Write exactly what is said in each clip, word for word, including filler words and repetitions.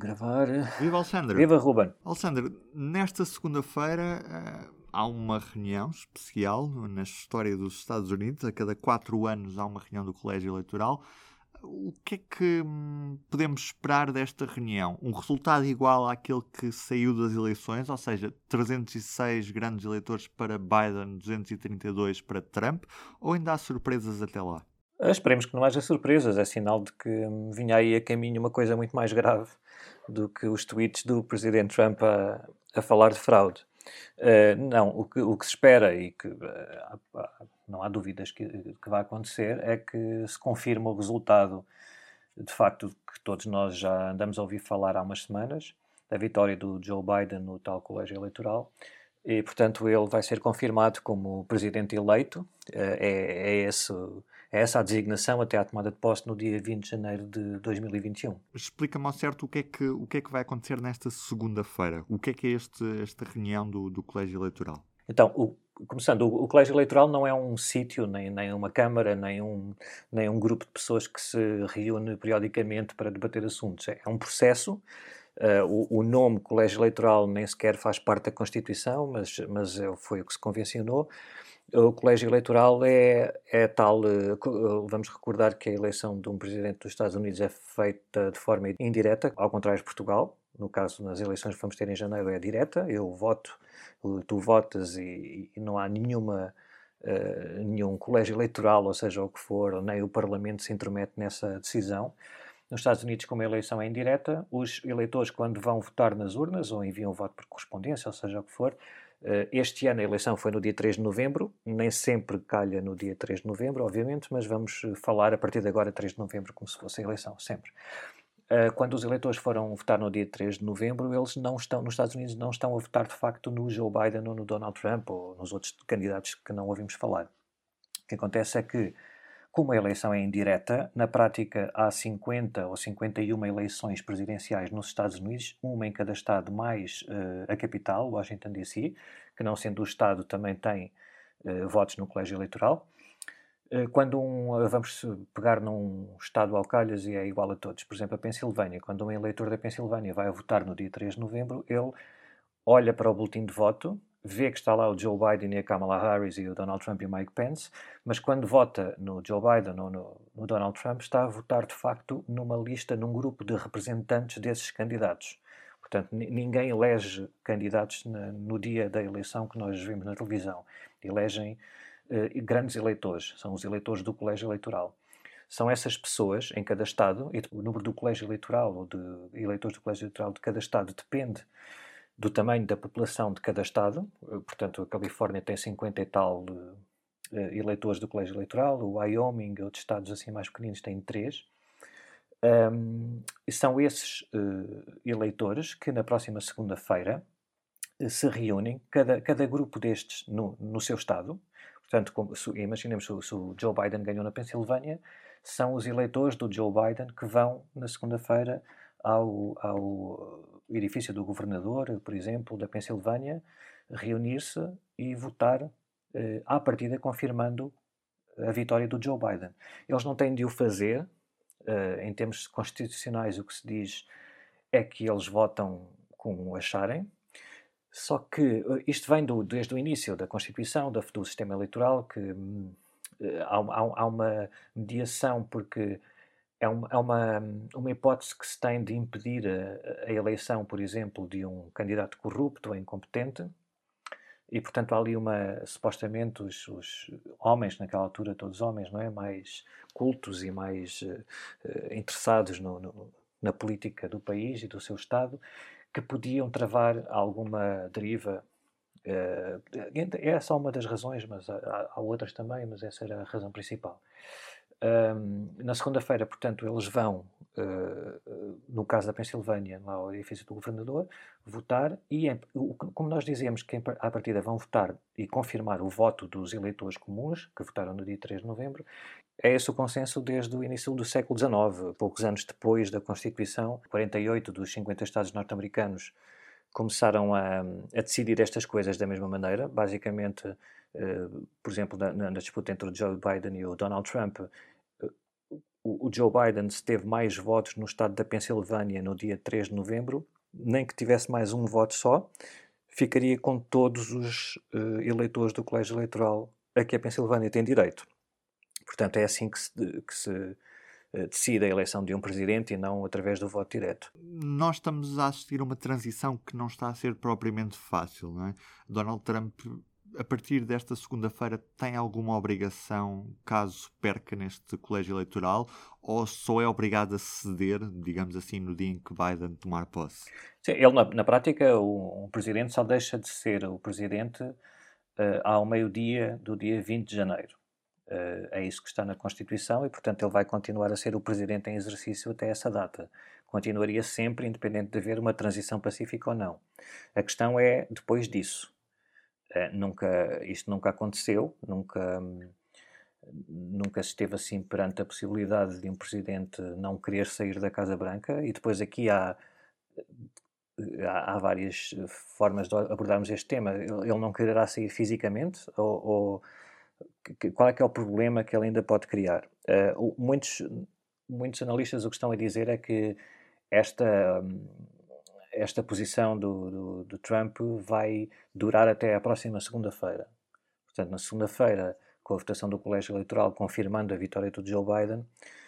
Gravar. Viva Alexandre! Viva Ruben! Alexandre, nesta segunda-feira uh, há uma reunião especial na história dos Estados Unidos. A cada quatro anos há uma reunião do Colégio Eleitoral. O que é que hum, podemos esperar desta reunião? Um resultado igual àquele que saiu das eleições, ou seja, trezentos e seis grandes eleitores para Biden, duzentos e trinta e dois para Trump, ou ainda há surpresas até lá? Esperemos que não haja surpresas. É sinal de que hum, vinha aí a caminho uma coisa muito mais grave do que os tweets do presidente Trump a, a falar de fraude. Uh, não, o que, o que se espera e que uh, não há dúvidas que, que vai acontecer é que se confirme o resultado, de facto, que todos nós já andamos a ouvir falar há umas semanas, da vitória do Joe Biden no tal colégio eleitoral. E, portanto, ele vai ser confirmado como presidente eleito. É, é, esse, é essa a designação até à tomada de posse no dia vinte de janeiro de dois mil e vinte e um. Explica-me ao certo o que é que, o que é que vai acontecer nesta segunda-feira. O que é que é este, esta reunião do, do Colégio Eleitoral? Então, o, começando, o, o Colégio Eleitoral não é um sítio, nem, nem uma Câmara, nem um, nem um grupo de pessoas que se reúne periodicamente para debater assuntos. É, é um processo. Uh, o, o nome Colégio Eleitoral nem sequer faz parte da Constituição, mas, mas foi o que se convencionou. O Colégio Eleitoral é, é tal, uh, vamos recordar que a eleição de um presidente dos Estados Unidos é feita de forma indireta, ao contrário de Portugal. No caso, nas eleições que vamos ter em janeiro é direta, eu voto, tu votas e, e não há nenhuma, uh, nenhum colégio eleitoral, ou seja, o que for, nem o Parlamento se intromete nessa decisão. Nos Estados Unidos, como a eleição é indireta, os eleitores, quando vão votar nas urnas, ou enviam o voto por correspondência, ou seja o que for, este ano a eleição foi no dia três de novembro, nem sempre calha no dia três de novembro, obviamente, mas vamos falar a partir de agora três de novembro como se fosse a eleição, sempre. Quando os eleitores foram votar no dia três de novembro, eles não estão, nos Estados Unidos, não estão a votar de facto no Joe Biden ou no Donald Trump ou nos outros candidatos que não ouvimos falar. O que acontece é que, como a eleição é indireta, na prática há cinquenta ou cinquenta e uma eleições presidenciais nos Estados Unidos, uma em cada estado mais uh, a capital, Washington D C, que não sendo o estado também tem uh, votos no colégio eleitoral. Uh, quando um, uh, vamos pegar num estado ao calhas e é igual a todos, por exemplo a Pensilvânia, quando um eleitor da Pensilvânia vai votar no dia três de novembro, ele olha para o boletim de voto, vê que está lá o Joe Biden e a Kamala Harris e o Donald Trump e o Mike Pence, mas quando vota no Joe Biden ou no, no Donald Trump, está a votar de facto numa lista, num grupo de representantes desses candidatos. Portanto, ninguém elege candidatos na, no dia da eleição que nós vemos na televisão. Elegem eh, grandes eleitores, são os eleitores do colégio eleitoral. São essas pessoas em cada estado, e o número do colégio eleitoral ou de eleitores do colégio eleitoral de cada estado depende do tamanho da população de cada estado. Portanto, a Califórnia tem cinquenta e tal uh, eleitores do colégio eleitoral, o Wyoming e outros estados assim mais pequeninos têm três. Um, e são esses uh, eleitores que na próxima segunda-feira uh, se reúnem, cada, cada grupo destes no, no seu estado. Portanto, como, se, imaginemos se, se o Joe Biden ganhou na Pensilvânia, são os eleitores do Joe Biden que vão na segunda-feira ao, ao edifício do governador, por exemplo, da Pensilvânia, reunir-se e votar eh, à partida confirmando a vitória do Joe Biden. Eles não têm de o fazer, eh, em termos constitucionais o que se diz é que eles votam como acharem, só que isto vem do, desde o início da Constituição, do, do sistema eleitoral, que eh, há, há, há uma mediação porque É uma, é uma, uma hipótese que se tem de impedir a, a eleição, por exemplo, de um candidato corrupto ou incompetente, e, portanto, há ali uma, supostamente, os, os homens, naquela altura, todos homens, não é? Mais cultos e mais uh, interessados no, no, na política do país e do seu Estado, que podiam travar alguma deriva. Uh, é só uma das razões, mas há, há outras também, mas essa era a razão principal. Um, na segunda-feira, portanto, eles vão, uh, no caso da Pensilvânia, lá ao edifício do governador, votar e, em, como nós dizemos que à partida vão votar e confirmar o voto dos eleitores comuns, que votaram no dia três de novembro, é esse o consenso desde o início do século dezenove, poucos anos depois da Constituição. quarenta e oito dos cinquenta Estados norte-americanos começaram a, a decidir estas coisas da mesma maneira, basicamente, uh, por exemplo, na, na disputa entre o Joe Biden e o Donald Trump, o, o Joe Biden, se teve mais votos no estado da Pensilvânia no dia três de novembro, nem que tivesse mais um voto só, ficaria com todos os uh, eleitores do colégio eleitoral a que a Pensilvânia tem direito. Portanto, é assim que se, que se uh, decide a eleição de um presidente e não através do voto direto. Nós estamos a assistir a uma transição que não está a ser propriamente fácil, não é? Donald Trump, a partir desta segunda-feira, tem alguma obrigação, caso perca neste colégio eleitoral, ou só é obrigado a ceder, digamos assim, no dia em que Biden tomar posse? Sim, ele, na, na prática, o, o presidente só deixa de ser o presidente uh, ao meio-dia do dia vinte de janeiro. Uh, é isso que está na Constituição e, portanto, ele vai continuar a ser o presidente em exercício até essa data. Continuaria sempre, independente de haver uma transição pacífica ou não. A questão é depois disso. Uh, nunca, isto nunca aconteceu, nunca, hum, nunca se esteve assim perante a possibilidade de um presidente não querer sair da Casa Branca, e depois aqui há, há, há várias formas de abordarmos este tema. Ele não quererá sair fisicamente, ou, ou que, qual é que é o problema que ele ainda pode criar? Uh, muitos, muitos analistas o que estão a dizer é que esta, esta posição do, do, do Trump vai durar até à próxima segunda-feira. Portanto, na segunda-feira, com a votação do colégio eleitoral confirmando a vitória do Joe Biden,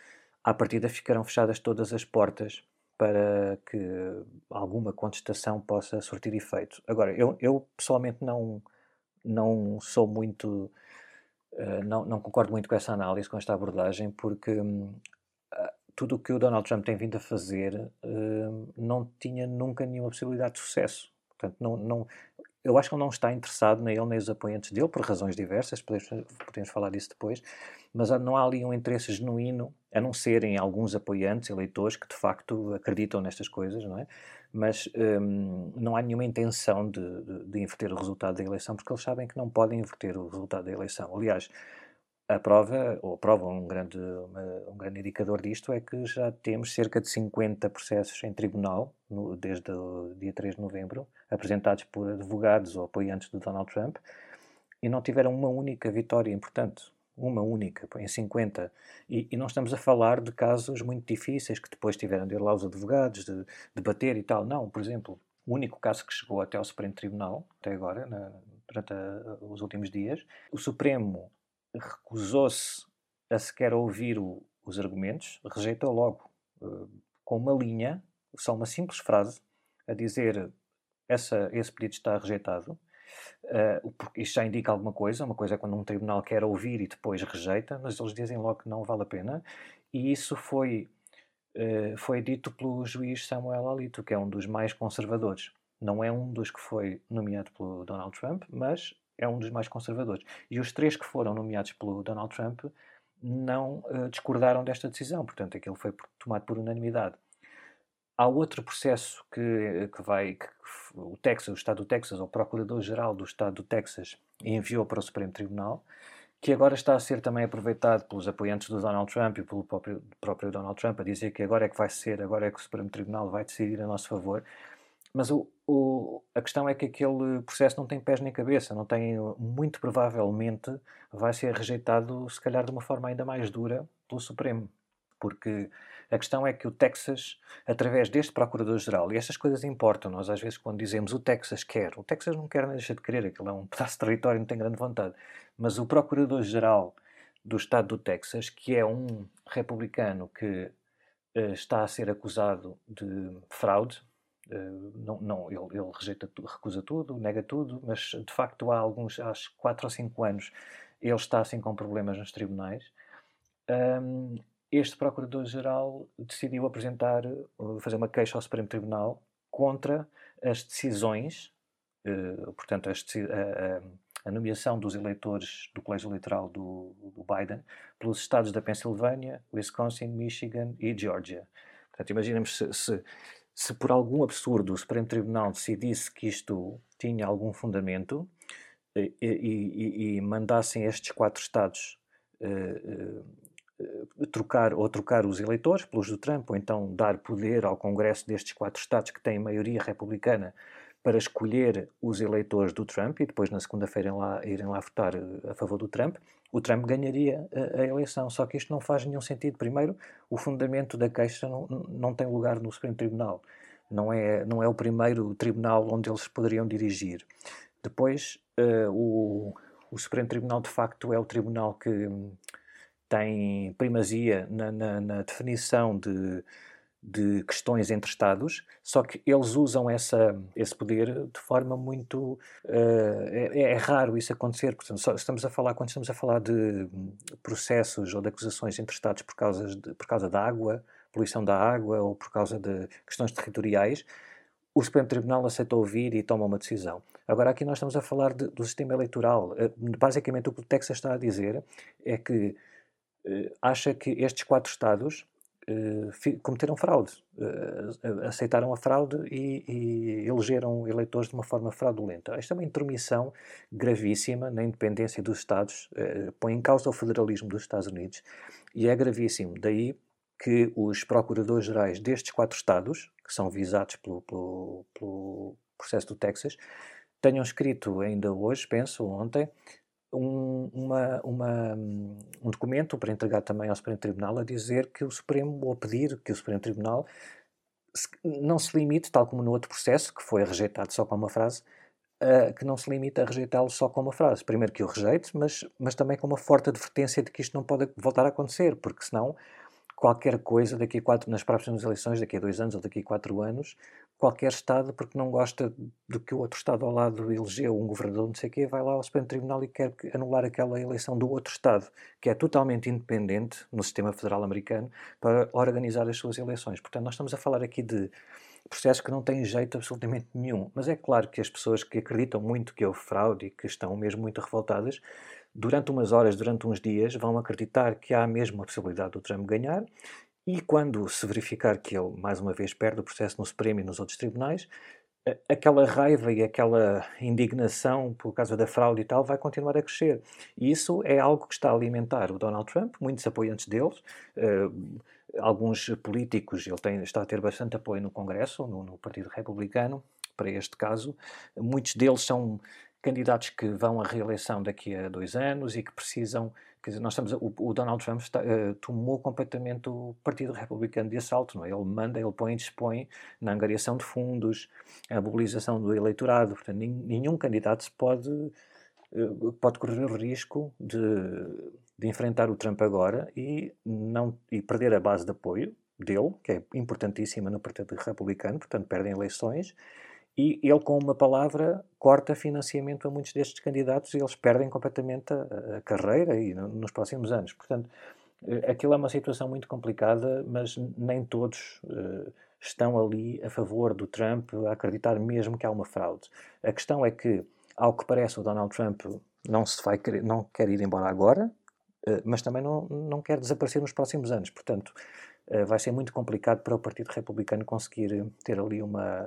à partida ficarão fechadas todas as portas para que alguma contestação possa surtir efeito. Agora, eu, eu pessoalmente não, não sou muito... Uh, não, não concordo muito com essa análise, com esta abordagem, porque uh, tudo o que o Donald Trump tem vindo a fazer uh, não tinha nunca nenhuma possibilidade de sucesso. Portanto, não, não, eu acho que ele não está interessado nem ele nem os apoiantes dele, por razões diversas, podemos, podemos falar disso depois, mas não há ali um interesse genuíno, a não ser em alguns apoiantes, eleitores, que de facto acreditam nestas coisas, não é? Mas um, não há nenhuma intenção de, de, de inverter o resultado da eleição, porque eles sabem que não podem inverter o resultado da eleição. Aliás, a prova, ou a prova, um grande, uma, um grande indicador disto é que já temos cerca de cinquenta processos em tribunal, no, desde o dia três de novembro, apresentados por advogados ou apoiantes de Donald Trump, e não tiveram uma única vitória importante. Uma única, em cinquenta. E, e não estamos a falar de casos muito difíceis que depois tiveram de ir lá os advogados, de debater e tal. Não, por exemplo, o único caso que chegou até ao Supremo Tribunal, até agora, na, durante a, os últimos dias, o Supremo recusou-se a sequer ouvir o, os argumentos, rejeitou logo, uh, com uma linha, só uma simples frase, a dizer essa, esse pedido está rejeitado. Uh, porque isto já indica alguma coisa. Uma coisa é quando um tribunal quer ouvir e depois rejeita, mas eles dizem logo que não vale a pena. E isso foi, uh, foi dito pelo juiz Samuel Alito, que é um dos mais conservadores. Não é um dos que foi nomeado pelo Donald Trump, mas é um dos mais conservadores. E os três que foram nomeados pelo Donald Trump não uh, discordaram desta decisão. Portanto, aquilo foi tomado por unanimidade. Há outro processo que, que vai, que o Texas, o Estado do Texas, ou o Procurador-Geral do Estado do Texas, enviou para o Supremo Tribunal, que agora está a ser também aproveitado pelos apoiantes do Donald Trump e pelo próprio, próprio Donald Trump, a dizer que agora é que vai ser, agora é que o Supremo Tribunal vai decidir a nosso favor. Mas o, o, a questão é que aquele processo não tem pés nem cabeça, não tem, muito provavelmente vai ser rejeitado, se calhar de uma forma ainda mais dura, pelo Supremo. Porque a questão é que o Texas, através deste Procurador-Geral, e estas coisas importam, nós às vezes quando dizemos o Texas quer, o Texas não quer nem deixa de querer, aquilo é um pedaço de território e não tem grande vontade, mas o Procurador-Geral do Estado do Texas, que é um republicano que uh, está a ser acusado de fraude, uh, não, não, ele, ele rejeita, recusa tudo, nega tudo, mas de facto há alguns, há quatro ou cinco anos, ele está assim com problemas nos tribunais. Um, este Procurador-Geral decidiu apresentar, fazer uma queixa ao Supremo Tribunal contra as decisões, uh, portanto, as, a, a, a nomeação dos eleitores do Colégio Eleitoral do, do Biden pelos estados da Pensilvânia, Wisconsin, Michigan e Georgia. Portanto, imaginemos se, se, se por algum absurdo o Supremo Tribunal decidisse que isto tinha algum fundamento e, e, e, e mandassem estes quatro estados uh, uh, trocar ou trocar os eleitores pelos do Trump, ou então dar poder ao Congresso destes quatro estados que têm maioria republicana para escolher os eleitores do Trump e depois na segunda-feira irem lá, irem lá votar a favor do Trump, o Trump ganharia a, a eleição. Só que isto não faz nenhum sentido. Primeiro, o fundamento da queixa não, não tem lugar no Supremo Tribunal. Não é, não é o primeiro tribunal onde eles poderiam dirigir. Depois, uh, o, o Supremo Tribunal, de facto, é o tribunal que tem primazia na, na, na definição de, de questões entre Estados, só que eles usam essa, esse poder de forma muito... Uh, é, é raro isso acontecer. Portanto, só estamos a falar, quando estamos a falar de processos ou de acusações entre Estados por causa, de, por causa da água, poluição da água ou por causa de questões territoriais, o Supremo Tribunal aceita ouvir e toma uma decisão. Agora, aqui nós estamos a falar de, do sistema eleitoral. Basicamente, o que o Texas está a dizer é que uh, acha que estes quatro Estados uh, cometeram fraude, uh, aceitaram a fraude e, e elegeram eleitores de uma forma fraudulenta. Esta é uma intromissão gravíssima na independência dos Estados, uh, põe em causa o federalismo dos Estados Unidos e é gravíssimo. Daí que os procuradores-gerais destes quatro Estados, que são visados pelo, pelo, pelo processo do Texas, tenham escrito ainda hoje, penso, ontem, um, uma, uma, um documento para entregar também ao Supremo Tribunal a dizer que o Supremo, ou pedir que o Supremo Tribunal não se limite, tal como no outro processo, que foi rejeitado só com uma frase, uh, que não se limite a rejeitá-lo só com uma frase. Primeiro que o rejeite, mas, mas também com uma forte advertência de que isto não pode voltar a acontecer, porque senão qualquer coisa daqui a quatro, nas próximas eleições, daqui a dois anos ou daqui a quatro anos, qualquer Estado, porque não gosta do que o outro Estado ao lado elegeu um governador, não sei o quê, vai lá ao Supremo Tribunal e quer anular aquela eleição do outro Estado, que é totalmente independente no sistema federal americano, para organizar as suas eleições. Portanto, nós estamos a falar aqui de processos que não têm jeito absolutamente nenhum. Mas é claro que as pessoas que acreditam muito que houve fraude e que estão mesmo muito revoltadas, durante umas horas, durante uns dias, vão acreditar que há mesmo a possibilidade do Trump ganhar e quando se verificar que ele, mais uma vez, perde o processo no Supremo e nos outros tribunais, aquela raiva e aquela indignação por causa da fraude e tal vai continuar a crescer. E isso é algo que está a alimentar o Donald Trump, muitos apoiantes deles, uh, alguns políticos, ele tem, está a ter bastante apoio no Congresso, no, no Partido Republicano, para este caso. Muitos deles são candidatos que vão à reeleição daqui a dois anos e que precisam... Quer dizer, nós estamos a, o, o Donald Trump está, uh, tomou completamente o Partido Republicano de assalto, não é? Ele manda, ele põe e dispõe na angariação de fundos, a mobilização do eleitorado. Portanto, nenhum candidato pode, uh, pode correr o risco de, de enfrentar o Trump agora e, não, e perder a base de apoio dele, que é importantíssima no Partido Republicano, portanto, perdem eleições. E ele, com uma palavra, corta financiamento a muitos destes candidatos e eles perdem completamente a, a carreira e no, nos próximos anos. Portanto, aquilo é uma situação muito complicada, mas nem todos uh, estão ali a favor do Trump, a acreditar mesmo que há uma fraude. A questão é que, ao que parece, o Donald Trump não, se vai querer, não quer ir embora agora, uh, mas também não, não quer desaparecer nos próximos anos. Portanto, uh, vai ser muito complicado para o Partido Republicano conseguir ter ali uma...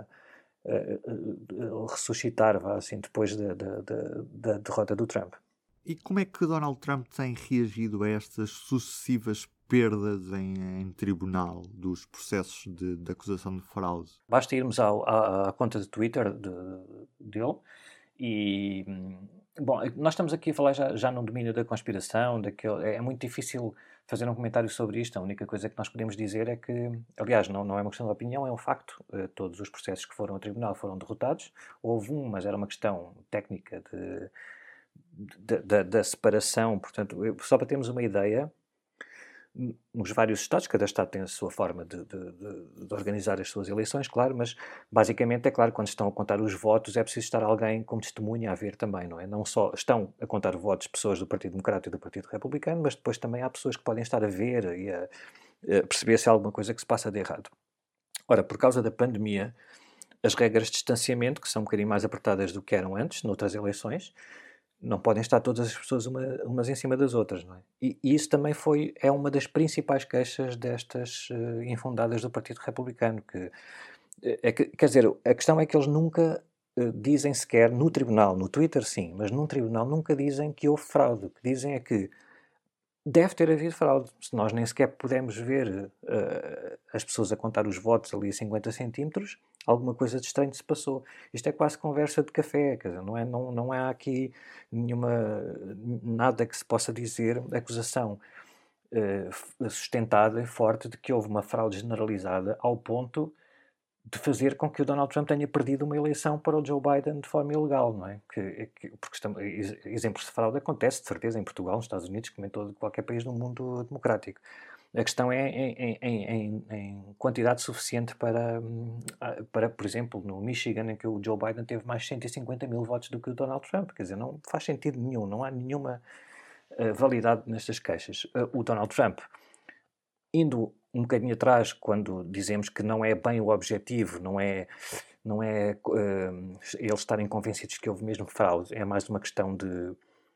Uh, uh, ressuscitar, vá, assim, depois da, da, da, da derrota do Trump. E como é que Donald Trump tem reagido a estas sucessivas perdas em, em tribunal dos processos de, de acusação de fraude? Basta irmos ao, à, à conta de Twitter de, dele e... Bom, nós estamos aqui a falar já, já no domínio da conspiração, daquele, é muito difícil fazer um comentário sobre isto. A única coisa que nós podemos dizer é que, aliás, não, não é uma questão de opinião, é um facto. Todos os processos que foram ao tribunal foram derrotados. Houve um, mas era uma questão técnica de, de, de, da separação. Portanto, só para termos uma ideia, nos vários estados, cada estado tem a sua forma de, de, de, de organizar as suas eleições, claro, mas basicamente é claro, quando estão a contar os votos é preciso estar alguém como testemunha a ver também, não é? Não só estão a contar votos pessoas do Partido Democrata e do Partido Republicano, mas depois também há pessoas que podem estar a ver e a, a perceber se há alguma coisa que se passa de errado. Ora, por causa da pandemia, as regras de distanciamento, que são um bocadinho mais apertadas do que eram antes, noutras eleições, não podem estar todas as pessoas uma, umas em cima das outras, não é? E, e isso também foi, é uma das principais queixas destas uh, infundadas do Partido Republicano, que, é que, quer dizer, a questão é que eles nunca uh, dizem sequer no tribunal, no Twitter sim, mas num tribunal nunca dizem que houve fraude. O que dizem é que deve ter havido fraude. Se nós nem sequer pudemos ver uh, as pessoas a contar os votos ali a cinquenta centímetros, alguma coisa de estranho se passou. Isto é quase conversa de café, quer dizer, não, é, não, não há aqui nenhuma, nada que se possa dizer, acusação uh, sustentada e forte de que houve uma fraude generalizada ao ponto de fazer com que o Donald Trump tenha perdido uma eleição para o Joe Biden de forma ilegal, não é? Que, que, porque estamos, exemplos de fraude acontece, de certeza, em Portugal, nos Estados Unidos, como em todo qualquer país do mundo democrático. A questão é em, em, em, em quantidade suficiente para, para, por exemplo, no Michigan, em que o Joe Biden teve mais cento e cinquenta mil votos do que o Donald Trump. Quer dizer, não faz sentido nenhum, não há nenhuma uh, validade nestas queixas. Uh, o Donald Trump, indo um bocadinho atrás, quando dizemos que não é bem o objetivo, não é, não é uh, eles estarem convencidos que houve mesmo fraude, é mais uma questão de,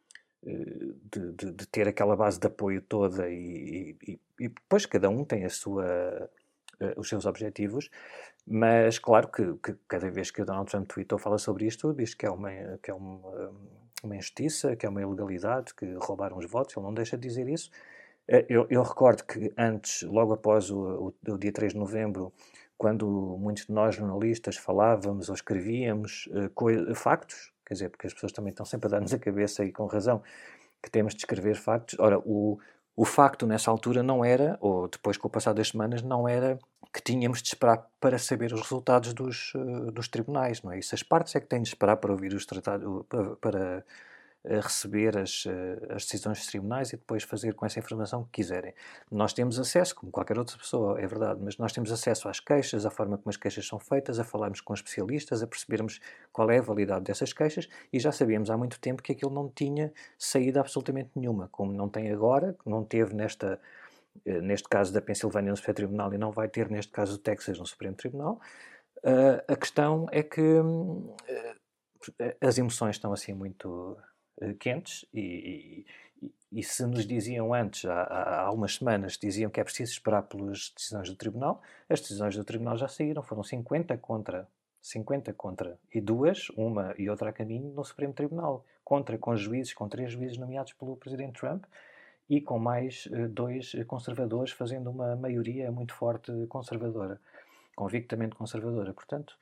de, de, de ter aquela base de apoio toda e, e, e depois cada um tem a sua, uh, os seus objetivos, mas claro que, que cada vez que o Donald Trump tweetou fala sobre isto, diz que é uma, que é uma, uma injustiça, que é uma ilegalidade, que roubaram os votos, ele não deixa de dizer isso. Eu, eu recordo que antes, logo após o, o, o dia três de novembro, quando muitos de nós jornalistas falávamos ou escrevíamos uh, factos, quer dizer, porque as pessoas também estão sempre a dar-nos a cabeça e com razão que temos de escrever factos. Ora, o, o facto nessa altura não era, ou depois com o passar das semanas, não era que tínhamos de esperar para saber os resultados dos, uh, dos tribunais, não é? Isso as partes é que têm de esperar para ouvir os tratados, para... para receber as, as decisões dos tribunais e depois fazer com essa informação o que quiserem. Nós temos acesso, como qualquer outra pessoa, é verdade, mas nós temos acesso às queixas, à forma como as queixas são feitas, a falarmos com especialistas, a percebermos qual é a validade dessas queixas e já sabíamos há muito tempo que aquilo não tinha saída absolutamente nenhuma, como não tem agora, não teve nesta, neste caso da Pensilvânia no Supremo Tribunal e não vai ter neste caso do Texas no Supremo Tribunal. Uh, a questão é que uh, as emoções estão assim muito quentes e, e, e se nos diziam antes, há, há, há umas semanas, diziam que é preciso esperar pelas decisões do Tribunal, as decisões do Tribunal já saíram, foram cinquenta contra, cinquenta contra, e duas, uma e outra a caminho, no Supremo Tribunal, contra, com juízes, com três juízes nomeados pelo Presidente Trump e com mais uh, dois conservadores fazendo uma maioria muito forte conservadora, convictamente conservadora. Portanto,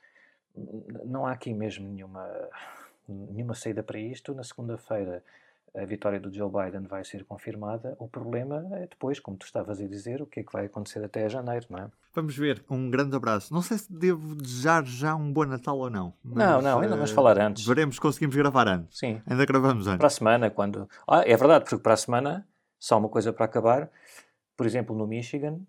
não há aqui mesmo nenhuma... nenhuma saída para isto. Na segunda-feira a vitória do Joe Biden vai ser confirmada. O problema é depois, como tu estavas a dizer, o que é que vai acontecer até janeiro, não é? Vamos ver. Um grande abraço. Não sei se devo desejar já um bom Natal ou não. Mas, não, não, ainda vamos uh, falar antes. Veremos se conseguimos gravar antes. Sim. Ainda gravamos antes. Para a semana, quando... Ah, é verdade, porque para a semana, só uma coisa para acabar, por exemplo, no Michigan,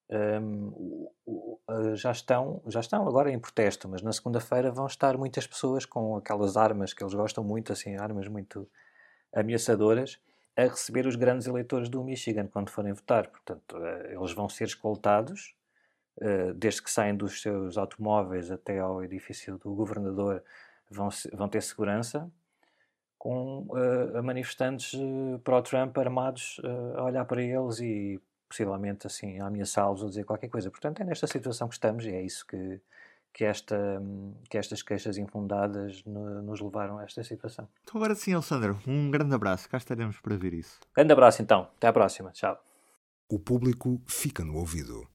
um, uh, já, estão, já estão agora em protesto, mas na segunda-feira vão estar muitas pessoas com aquelas armas que eles gostam muito, assim, armas muito ameaçadoras, a receber os grandes eleitores do Michigan quando forem votar. Portanto, uh, eles vão ser escoltados, uh, desde que saem dos seus automóveis até ao edifício do governador, vão, vão ter segurança, com uh, manifestantes uh, pró-Trump armados uh, a olhar para eles e possivelmente assim a ameaçá-los ou dizer qualquer coisa. Portanto, é nesta situação que estamos e é isso que, que, esta, que estas queixas infundadas no, nos levaram a esta situação. Então agora sim, Alessandro, um grande abraço. Cá estaremos para ver isso. Grande abraço então. Até à próxima. Tchau. O público fica no ouvido.